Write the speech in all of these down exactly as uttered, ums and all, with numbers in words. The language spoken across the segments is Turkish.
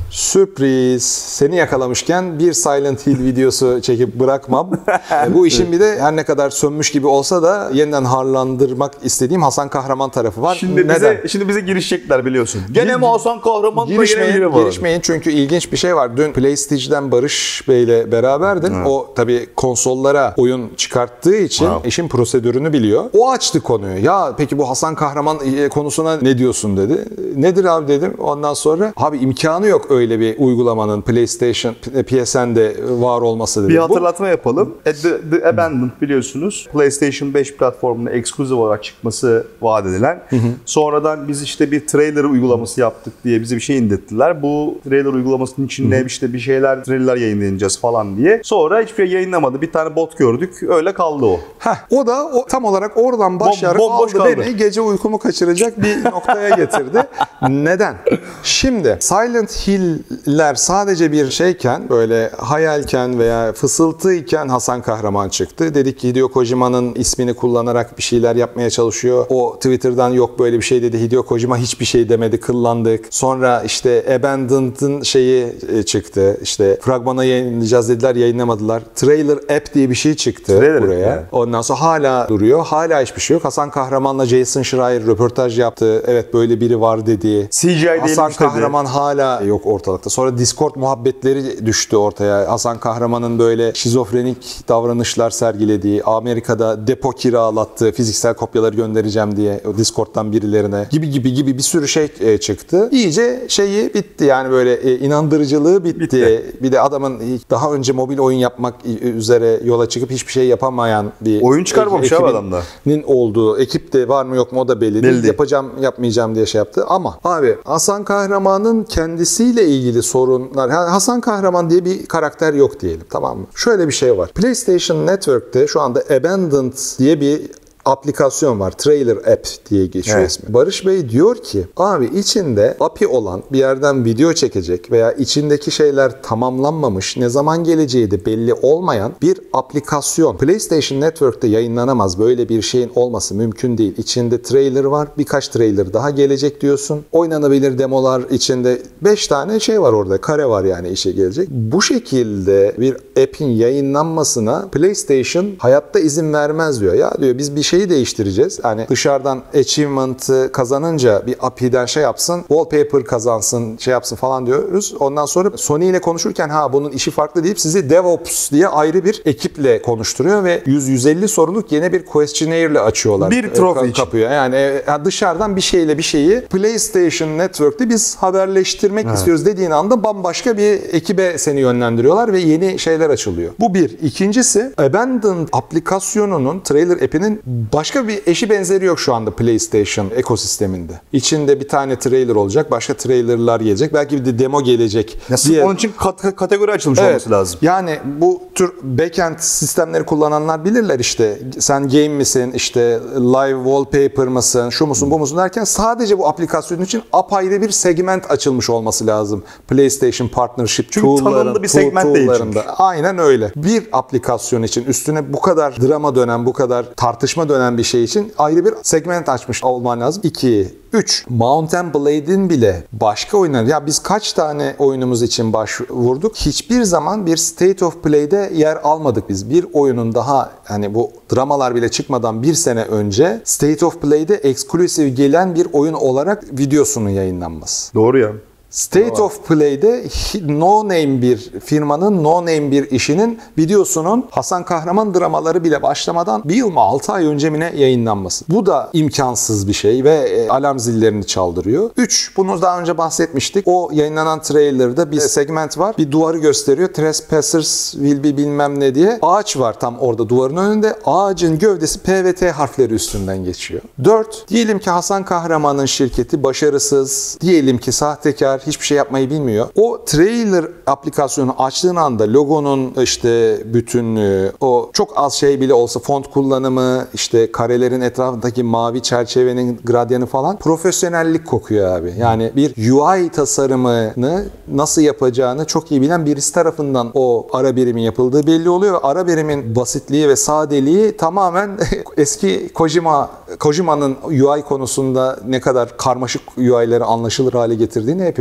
Sürpriz. Seni yakalamışken bir Silent Hill videosu çekip bırakmam. Bu işin bir de her ne kadar sönmüş gibi olsa da yeniden harlandırmak istediğim Hasan Kahraman tarafı var. Şimdi Neden? bize, şimdi bize girişecekler biliyorsun. Gene mi Hasan Kahraman'la Girişmeyin, girişmeyin çünkü ilginç bir şey var. Dün PlayStage'den Barış Bey'le beraberdin. Evet. O tabii konsollara oyun çıkarttığı için wow. işin prosedürünü biliyor. O açtı konuyu. Ya peki bu Hasan Kahraman konusuna ne diyorsun dedi. Nedir abi dedim. Ondan sonra abi imkanı yok öyle bir uygulamanın PlayStation, P S N'de var olması dedi. Bir hatırlatma bu, yapalım. The, The Abandoned biliyorsunuz PlayStation beş platformuna eksklusif olarak çıkması vaat edilen. Hı hı. Sonradan biz işte bir trailer uygulaması yaptık diye bize bir şey indirttiler. Bu trailer uygulamasının içinde hı hı. işte bir şeyler, trailer yayınlayacağız falan diye. Sonra hiçbir şey yayınlamadı. Bir tane bot gördük. Öyle kaldı o. Heh, o da o, tam olarak oradan başlayarak Bom, aldı kaldı. Beni gece uykumu kaçıracak bir noktaya getirdi. Neden? Şimdi Silent Hill'ler sadece bir şeyken, böyle hayalken veya fısıltıyken Hasan Kahraman çıktı. Dedik ki Hideo Kojima'nın ismini kullanarak bir şeyler yapmaya çalışıyor. O Twitter'dan yok böyle bir şey dedi. Hideo Kojima hiçbir şey demedi. Kıllandık. Sonra işte Abandoned'ın şeyi çıktı. İşte fragmanı yayınlayacağız dediler. Yayınlamadılar. Trailer App diye bir şey çıktı Trailer buraya. Yani. Ondan sonra hala duruyor. Hala hiçbir şey yok. Hasan Kahraman'la Jason Schreier röportaj yaptı. Evet böyle biri var dedi. C G I Hasan Kahraman dedi. Hala yok ortalıkta. Sonra Discord muhabbetleri düştü ortaya. Hasan Kahraman'ın böyle şizofrenik davranışlar sergilediği, Amerika'da depo kiralattığı, fiziksel kopyaları göndereceğim diye o Discord'dan birilerine gibi gibi gibi bir sürü şey çıktı. İyice şeyi bitti yani böyle inandırıcılığı bitti. bitti. Bir de adamın daha önce mobil oyun yapmak üzere yola çıkıp hiçbir şey yapamayan bir oyun çıkarmamış abi adamda. Olduğu ekip de var mı yok mu o da belli değil. Yapacağım yapmayacağım diye şey yaptı ama abi Hasan Kahraman'ın kendisiyle ilgili sorunlar. Yani Hasan Kahraman diye bir karakter yok diyelim, tamam mı? Şöyle bir şey var. PlayStation Network'te şu anda Abandoned diye bir aplikasyon var. Trailer App diye geçiyor evet. ismi. Barış Bey diyor ki abi içinde A P I olan bir yerden video çekecek veya içindeki şeyler tamamlanmamış, ne zaman geleceği de belli olmayan bir aplikasyon. PlayStation Network'te yayınlanamaz. Böyle bir şeyin olması mümkün değil. İçinde trailer var. Birkaç trailer daha gelecek diyorsun. Oynanabilir demolar içinde beş tane şey var orada. Kare var yani işe gelecek. Bu şekilde bir app'in yayınlanmasına PlayStation hayatta izin vermez diyor. Ya diyor biz bir şeyi değiştireceğiz. Hani dışarıdan achievement'ı kazanınca bir A P I'den şey yapsın, wallpaper kazansın, şey yapsın falan diyoruz. Ondan sonra Sony ile konuşurken ha bunun işi farklı deyip sizi DevOps diye ayrı bir ekiple konuşturuyor ve yüz yüz elli soruluk yeni bir questionnaire ile açıyorlar. Bir trofi e, kapıyor. Yani dışarıdan bir şeyle bir şeyi PlayStation Network'te biz haberleştirmek evet. istiyoruz dediğin anda bambaşka bir ekibe seni yönlendiriyorlar ve yeni şeyler açılıyor. Bu bir. İkincisi Abandoned aplikasyonunun, trailer app'inin başka bir eşi benzeri yok şu anda PlayStation ekosisteminde. İçinde bir tane trailer olacak, başka trailerlar gelecek. Belki bir de demo gelecek. Nasıl diye. Onun için kat- kategori açılmış evet. olması lazım. Yani bu tür backend sistemleri kullananlar bilirler işte. Sen game misin, işte live wallpaper mısın, şu musun, bu musun derken sadece bu aplikasyonun için apayrı bir segment açılmış olması lazım. PlayStation Partnership tool'ların, bir segment değil çünkü. Aynen öyle. Bir aplikasyon için üstüne bu kadar drama dönen, bu kadar tartışma dönen bir şey için ayrı bir segment açmış olman lazım. İki. üç. Mount and Blade'in bile başka oyunlar. Ya biz kaç tane oyunumuz için başvurduk? Hiçbir zaman bir State of Play'de yer almadık biz. Bir oyunun daha hani bu dramalar bile çıkmadan bir sene önce State of Play'de eksklusif gelen bir oyun olarak videosunun yayınlanması. Doğru ya. State Doğru. of Play'de no name bir firmanın, no name bir işinin videosunun Hasan Kahraman dramaları bile başlamadan bir yıl mı altı ay önce mi ne yayınlanması. Bu da imkansız bir şey ve alarm zillerini çaldırıyor. üç. Bunu daha önce bahsetmiştik. O yayınlanan trailer'da bir segment var. Bir duvarı gösteriyor. Trespassers will be bilmem ne diye. Ağaç var tam orada duvarın önünde. Ağacın gövdesi P ve T harfleri üstünden geçiyor. dört. Diyelim ki Hasan Kahraman'ın şirketi başarısız. Diyelim ki sahtekar, hiçbir şey yapmayı bilmiyor. O trailer aplikasyonu açtığın anda logonun işte bütünlüğü, o çok az şey bile olsa font kullanımı, işte karelerin etrafındaki mavi çerçevenin gradyanı falan profesyonellik kokuyor abi. Yani bir U I tasarımını nasıl yapacağını çok iyi bilen birisi tarafından o ara birimin yapıldığı belli oluyor ve ara birimin basitliği ve sadeliği tamamen eski Kojima Kojima'nın U I konusunda ne kadar karmaşık U I'leri anlaşılır hale getirdiğini hepimiz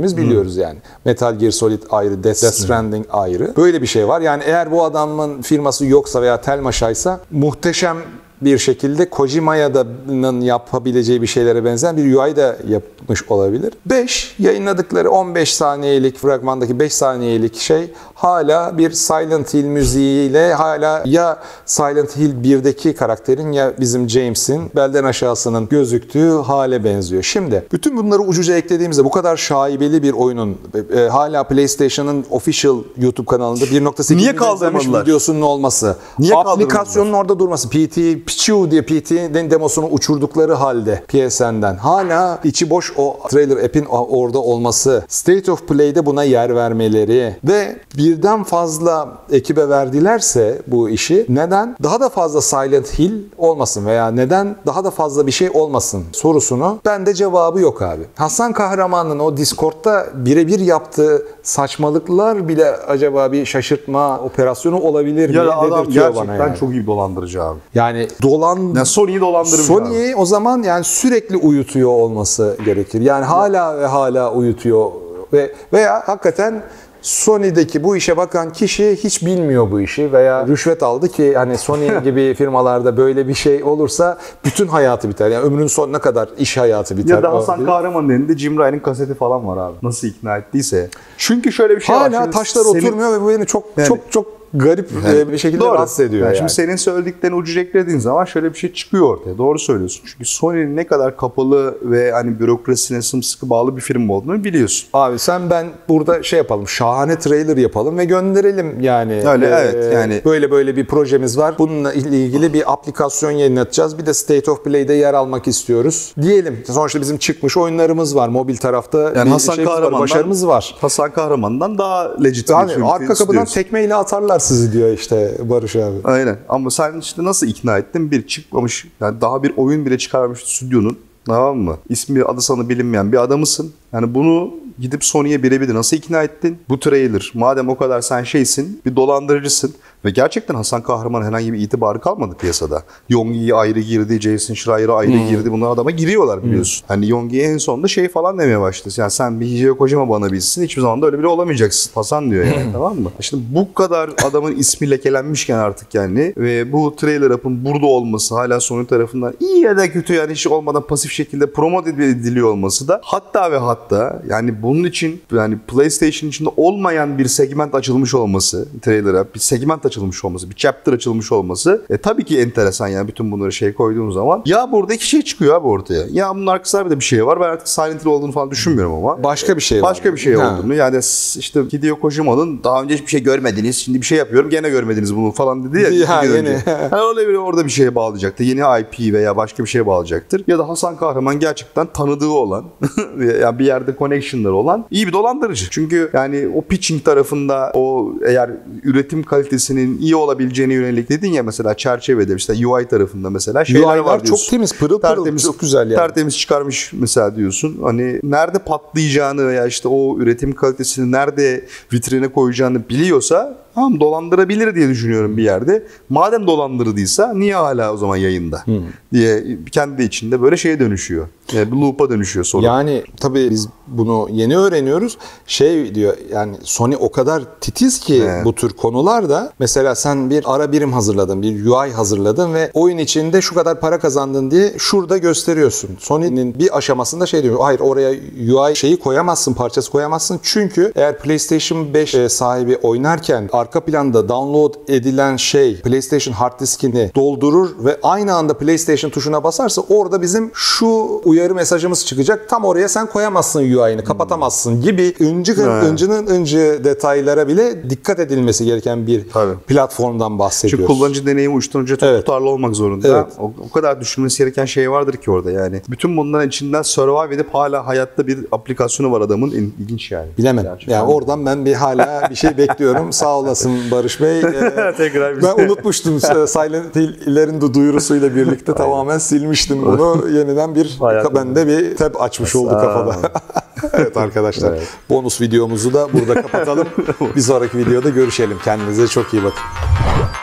hepimiz biliyoruz yani. Metal Gear Solid ayrı, Death Stranding ayrı. Böyle bir şey var. Yani eğer bu adamın firması yoksa veya Telmaşa'ysa muhteşem bir şekilde Kojima'nın yapabileceği bir şeylere benzer bir U I da yapmış olabilir. beş yayınladıkları on beş saniyelik fragmandaki beş saniyelik şey hala bir Silent Hill müziğiyle hala ya Silent Hill birdeki karakterin ya bizim James'in belden aşağısının gözüktüğü hale benziyor. Şimdi bütün bunları ucuca eklediğimizde bu kadar şaibeli bir oyunun e, hala PlayStation'ın official YouTube kanalında bir nokta sekiz kaldırmadılar videosunun olması, Niye aplikasyonun orada durması, P T Pichu diye P T'nin demosunu uçurdukları halde P S N'den hala içi boş o trailer app'in orada olması, State of Play'de buna yer vermeleri ve birden fazla ekibe verdilerse bu işi neden daha da fazla Silent Hill olmasın veya neden daha da fazla bir şey olmasın sorusunu bende cevabı yok abi. Hasan Kahraman'ın o Discord'da birebir yaptığı saçmalıklar bile acaba bir şaşırtma operasyonu olabilir mi? Ya da adam gerçekten bana yani. çok iyi bir dolandırıcı abi. Yani dolan yani Sony'yi dolandırmış Sony'yi o zaman yani sürekli uyutuyor olması gerekir. Yani hala ve hala uyutuyor ve veya hakikaten Sony'deki bu işe bakan kişi hiç bilmiyor bu işi veya rüşvet aldı ki hani Sony gibi firmalarda böyle bir şey olursa bütün hayatı biter. Yani ömrünün sonuna kadar iş hayatı biter. Ya da Hasan Kahraman'ın elinde Jim Ryan'ın kaseti falan var abi. Nasıl ikna ettiyse. Çünkü şöyle bir şey hala var. Hala taşlar senin... oturmuyor ve bu beni çok yani... çok çok garip yani, bir şekilde doğru. rahatsız ediyor. Yani yani. Şimdi senin söylediklerini ucuca eklediğin zaman şöyle bir şey çıkıyor ortaya. Doğru söylüyorsun. Çünkü Sony'nin ne kadar kapalı ve hani bürokrasisine sımsıkı bağlı bir firma olduğunu biliyorsun. Abi sen ben burada şey yapalım. Şahane trailer yapalım ve gönderelim yani. Öyle ee, evet yani. Böyle böyle bir projemiz var. Bununla ilgili bir aplikasyon yayınlatacağız. Bir de State of Play'de yer almak istiyoruz. Diyelim. Sonuçta bizim çıkmış oyunlarımız var. Mobil tarafta yani bir Hasan şey var, başarımız var. Hasan Kahraman'dan daha legit yani bir film arka kapıdan istiyoruz. tekmeyle atarlar sizi diyor işte Barış abi. Aynen. Ama sen işte nasıl ikna ettin? Bir çıkmamış, yani daha bir oyun bile çıkarmamış stüdyonun, tamam mı? İsmi adı sana bilinmeyen bir adamısın. Yani bunu gidip Sony'ye birebir nasıl ikna ettin? Bu trailer, madem o kadar sen şeysin, bir dolandırıcısın ve gerçekten Hasan Kahraman herhangi bir itibarı kalmadı piyasada. Yonggi ayrı girdi, Jason Schreier'a ayrı hmm. girdi. Bunlar adama giriyorlar biliyorsun. Hmm. Hani Yonggi'ye en sonunda şey falan demeye başladı. Yani sen bir Hideo Kojima bana bilsin, hiçbir zaman da öyle biri olamayacaksın Hasan diyor yani. Tamam mı? Şimdi bu kadar adamın ismi lekelenmişken artık yani ve bu trailer up'ın burada olması hala Sony tarafından iyi ya da kötü yani hiç olmadan pasif şekilde promote ediliyor olması da hatta ve hatta yani bunun için yani PlayStation içinde olmayan bir segment açılmış olması, trailer'a bir segment açılmış olması, bir chapter açılmış olması e, tabii ki enteresan yani bütün bunları şey koyduğum zaman. Ya burada iki şey çıkıyor abi ortaya. Ya bunun arkasında bir de bir şey var. Ben artık Silent Hill olduğunu falan düşünmüyorum ama. Başka bir şey Başka var. bir şey ha. olduğunu. Yani işte Hideo Kojima'nın daha önce hiçbir şey görmediniz. Şimdi bir şey yapıyorum gene görmediniz bunu falan dedi ya. Ya yeni. Yani orada, orada bir şeye bağlayacaktır. Yeni I P veya başka bir şeye bağlayacaktır. Ya da Hasan Kahraman gerçekten tanıdığı olan yani bir yerde connection'ları olan iyi bir dolandırıcı. Çünkü yani o pitching tarafında o eğer üretim kalitesinin iyi olabileceğine yönelik dedin ya mesela çerçevede işte U I tarafında mesela şeyler var diyorsun. Çok temiz, pırıl pırıl, çok güzel yani. Tertemiz çıkarmış mesela diyorsun. Hani nerede patlayacağını veya işte o üretim kalitesini nerede vitrine koyacağını biliyorsa tamam dolandırabilir diye düşünüyorum bir yerde. Madem dolandırdıysa niye hala o zaman yayında hmm. diye kendi içinde böyle şeye dönüşüyor. Yani bir loop'a dönüşüyor sorun. Yani tabii biz bunu yeni öğreniyoruz. Şey diyor yani Sony o kadar titiz ki evet. bu tür konularda mesela sen bir ara birim hazırladın, bir U I hazırladın ve oyun içinde şu kadar para kazandın diye şurada gösteriyorsun. Sony'nin bir aşamasında şey diyor. Hayır oraya U I şeyi koyamazsın, parçası koyamazsın. Çünkü eğer PlayStation beş sahibi oynarken arka planda download edilen şey PlayStation hard diskini doldurur ve aynı anda PlayStation tuşuna basarsa orada bizim şu uyarı mesajımız çıkacak. Tam oraya sen koyamazsın U I'ni, kapatamazsın gibi öncü, öncünün öncü detaylara bile dikkat edilmesi gereken bir Tabii. platformdan bahsediyoruz. Çünkü kullanıcı deneyimi uçtan uca çok evet. tutarlı olmak zorunda. Evet. O, o kadar düşünmesi gereken şey vardır ki orada yani. Bütün bunların içinden survive edip hala hayatta bir aplikasyonu var adamın. İlginç yani. Bilemem. Gerçekten. Yani oradan ben bir hala bir şey bekliyorum. Sağ olasın Barış Bey. Ee, Tekrar ben unutmuştum. Silent Hill'lerin duyurusuyla birlikte tamamen silmiştim bunu. Yeniden bir bende bir tab açmış oldu kafada. Evet arkadaşlar. Evet. Bonus videomuzu da burada kapatalım. Bir sonraki videoda görüşelim. Kendinize çok iyi bakın.